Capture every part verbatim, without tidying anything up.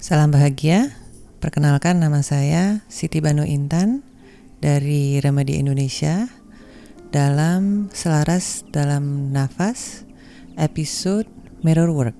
Salam bahagia, perkenalkan nama saya Siti Banu Intan dari Remedy Indonesia dalam Selaras Dalam Nafas episode Mirror Work.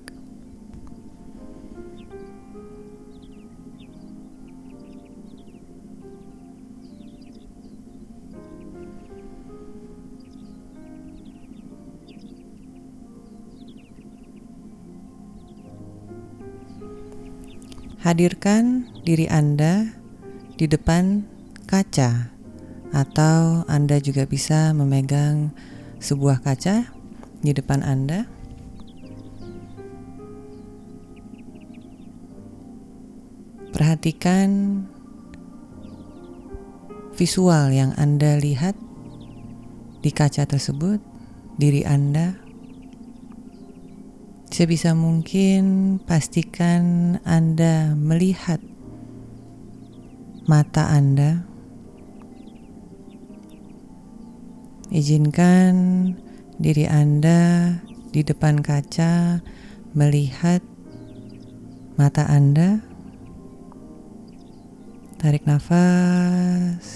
Hadirkan diri Anda di depan kaca, atau Anda juga bisa memegang sebuah kaca di depan Anda. Perhatikan visual yang Anda lihat di kaca tersebut, diri Anda. Sebisa mungkin pastikan Anda melihat mata Anda. Izinkan diri Anda di depan kaca melihat mata Anda. Tarik nafas.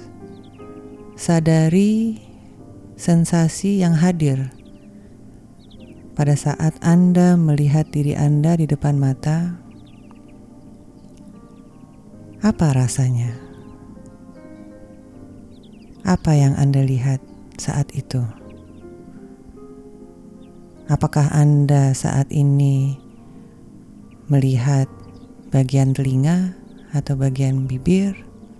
Sadari sensasi yang hadir pada saat Anda melihat diri Anda di depan mata. Apa rasanya? Apa yang Anda lihat saat itu? Apakah Anda saat ini melihat bagian telinga atau bagian bibir?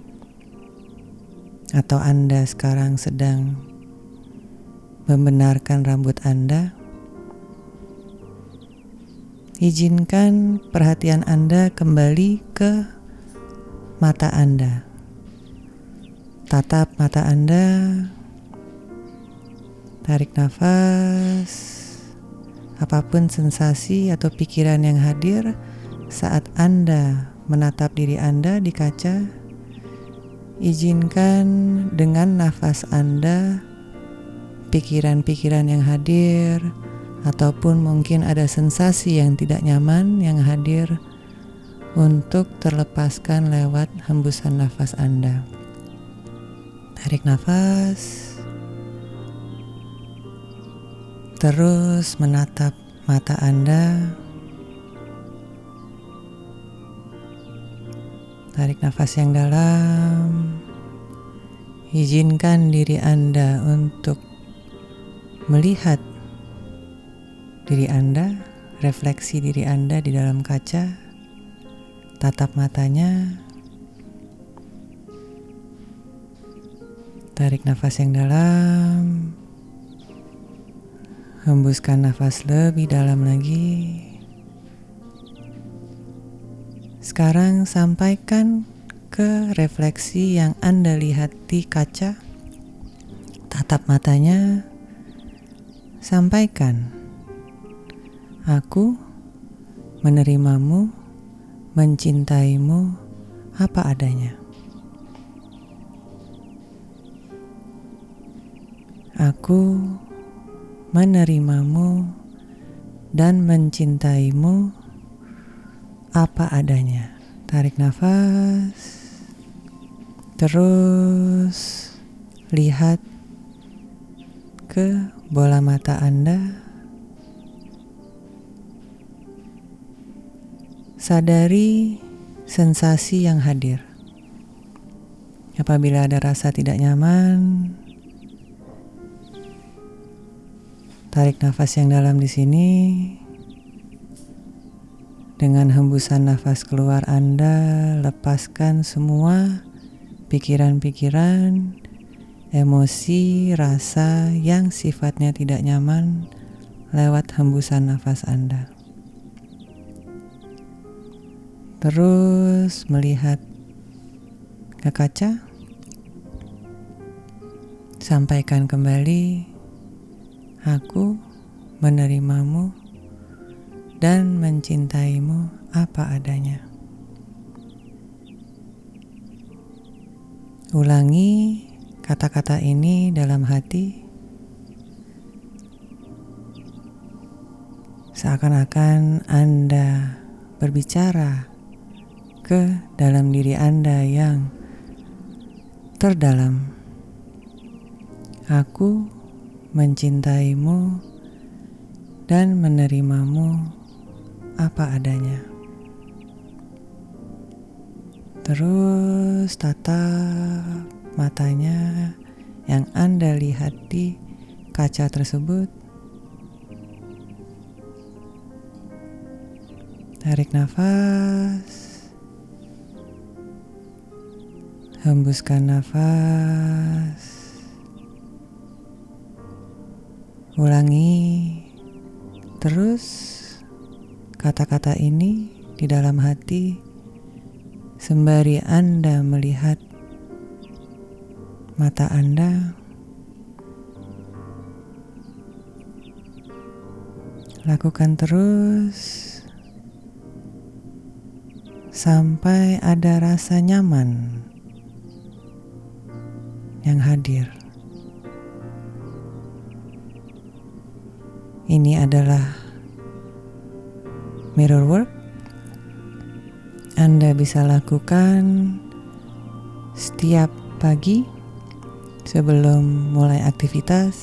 Atau Anda sekarang sedang membenarkan rambut Anda? Izinkan perhatian Anda kembali ke mata Anda. Tatap mata Anda. Tarik nafas. Apapun sensasi atau pikiran yang hadir saat Anda menatap diri Anda di kaca, izinkan dengan nafas Anda pikiran-pikiran yang hadir, ataupun mungkin ada sensasi yang tidak nyaman yang hadir untuk terlepaskan lewat hembusan nafas Anda. Tarik nafas. Terus menatap mata Anda. Tarik nafas yang dalam. Izinkan diri Anda untuk melihat diri Anda, refleksi diri Anda di dalam kaca. Tatap matanya. Tarik nafas yang dalam. Hembuskan nafas lebih dalam lagi. Sekarang sampaikan ke refleksi yang Anda lihat di kaca. Tatap matanya. Sampaikan, aku menerimamu, mencintaimu apa adanya. Aku menerimamu dan mencintaimu apa adanya. Tarik nafas. Terus lihat ke bola mata Anda. Sadari sensasi yang hadir. Apabila ada rasa tidak nyaman, tarik nafas yang dalam di sini. Dengan hembusan nafas keluar Anda, lepaskan semua pikiran-pikiran, emosi, rasa yang sifatnya tidak nyaman lewat hembusan nafas Anda. Terus melihat ke kaca. Sampaikan kembali, aku menerimamu dan mencintaimu apa adanya. Ulangi kata-kata ini dalam hati, seakan-akan Anda berbicara ke dalam diri Anda yang terdalam. Aku mencintaimu dan menerimamu apa adanya. Terus tatap matanya yang Anda lihat di kaca tersebut. Tarik nafas, hembuskan nafas, ulangi terus kata-kata ini di dalam hati sembari Anda melihat mata Anda. Lakukan terus sampai ada rasa nyaman yang hadir. Ini adalah mirror work. Anda bisa lakukan setiap pagi sebelum mulai aktivitas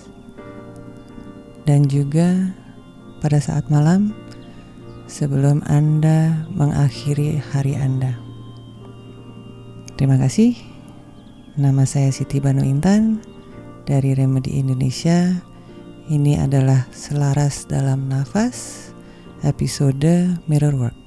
dan juga pada saat malam sebelum Anda mengakhiri hari Anda. Terima kasih. Nama saya Siti Banu Intan dari Remedy Indonesia. Ini adalah Selaras Dalam Nafas, episode Mirror Work.